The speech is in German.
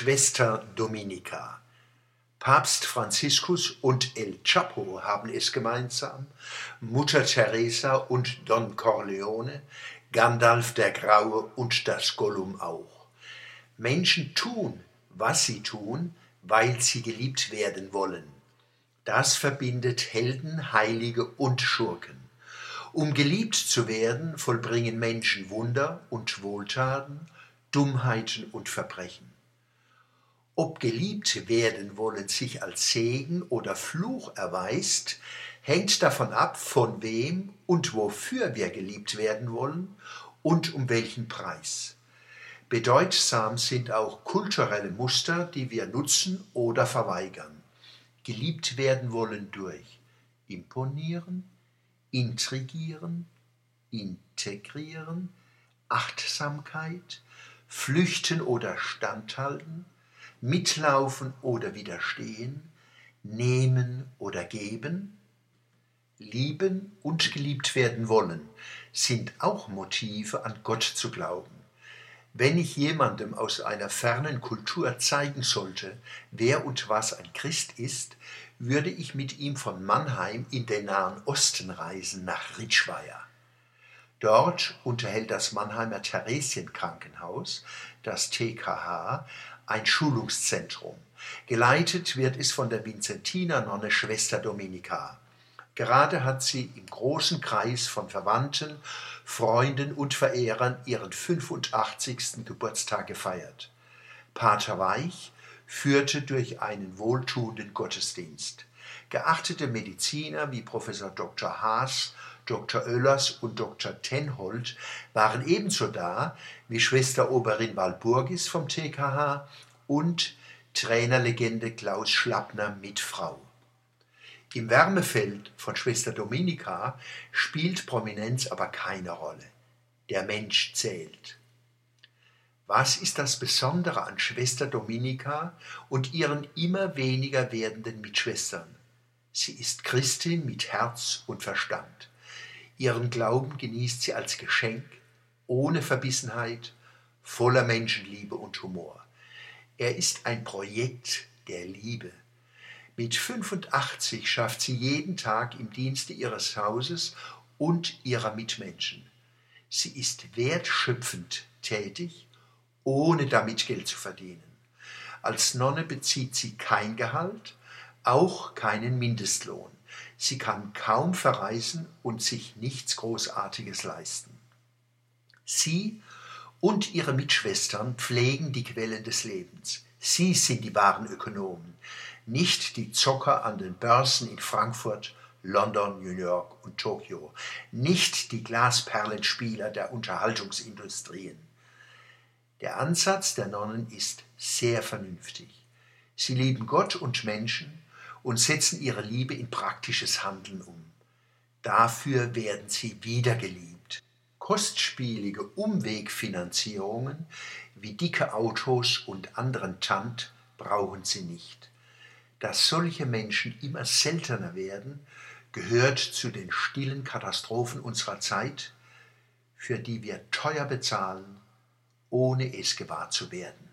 Schwester Dominika. Papst Franziskus und El Chapo haben es gemeinsam, Mutter Teresa und Don Corleone, Gandalf der Graue und das Gollum auch. Menschen tun, was sie tun, weil sie geliebt werden wollen. Das verbindet Helden, Heilige und Schurken. Um geliebt zu werden, vollbringen Menschen Wunder und Wohltaten, Dummheiten und Verbrechen. Ob geliebt werden wollen sich als Segen oder Fluch erweist, hängt davon ab, von wem und wofür wir geliebt werden wollen und um welchen Preis. Bedeutsam sind auch kulturelle Muster, die wir nutzen oder verweigern. Geliebt werden wollen durch imponieren, intrigieren, integrieren, Achtsamkeit, flüchten oder standhalten, mitlaufen oder widerstehen, nehmen oder geben. Lieben und geliebt werden wollen sind auch Motive, an Gott zu glauben. Wenn ich jemandem aus einer fernen Kultur zeigen sollte, wer und was ein Christ ist, würde ich mit ihm von Mannheim in den Nahen Osten reisen, nach Ritschweier. Dort unterhält das Mannheimer Theresienkrankenhaus, das TKH, ein Schulungszentrum. Geleitet wird es von der Vinzentinernonne Schwester Dominika. Gerade hat sie im großen Kreis von Verwandten, Freunden und Verehrern ihren 85. Geburtstag gefeiert. Pater Weich führte durch einen wohltuenden Gottesdienst. Geachtete Mediziner wie Professor Dr. Haas, Dr. Oellers und Dr. Tenhold waren ebenso da wie Schwester Oberin Walpurgis vom TKH und Trainerlegende Klaus Schlappner mit Frau. Im Wärmefeld von Schwester Dominika spielt Prominenz aber keine Rolle. Der Mensch zählt. Was ist das Besondere an Schwester Dominika und ihren immer weniger werdenden Mitschwestern? Sie ist Christin mit Herz und Verstand. Ihren Glauben genießt sie als Geschenk, ohne Verbissenheit, voller Menschenliebe und Humor. Er ist ein Projekt der Liebe. Mit 85 schafft sie jeden Tag im Dienste ihres Hauses und ihrer Mitmenschen. Sie ist wertschöpfend tätig, ohne damit Geld zu verdienen. Als Nonne bezieht sie kein Gehalt, auch keinen Mindestlohn. Sie kann kaum verreisen und sich nichts Großartiges leisten. Sie und ihre Mitschwestern pflegen die Quellen des Lebens. Sie sind die wahren Ökonomen, nicht die Zocker an den Börsen in Frankfurt, London, New York und Tokio, nicht die Glasperlenspieler der Unterhaltungsindustrien. Der Ansatz der Nonnen ist sehr vernünftig. Sie lieben Gott und Menschen und setzen ihre Liebe in praktisches Handeln um. Dafür werden sie wiedergeliebt. Kostspielige Umwegfinanzierungen wie dicke Autos und anderen Tant brauchen sie nicht. Dass solche Menschen immer seltener werden, gehört zu den stillen Katastrophen unserer Zeit, für die wir teuer bezahlen, ohne es gewahr zu werden.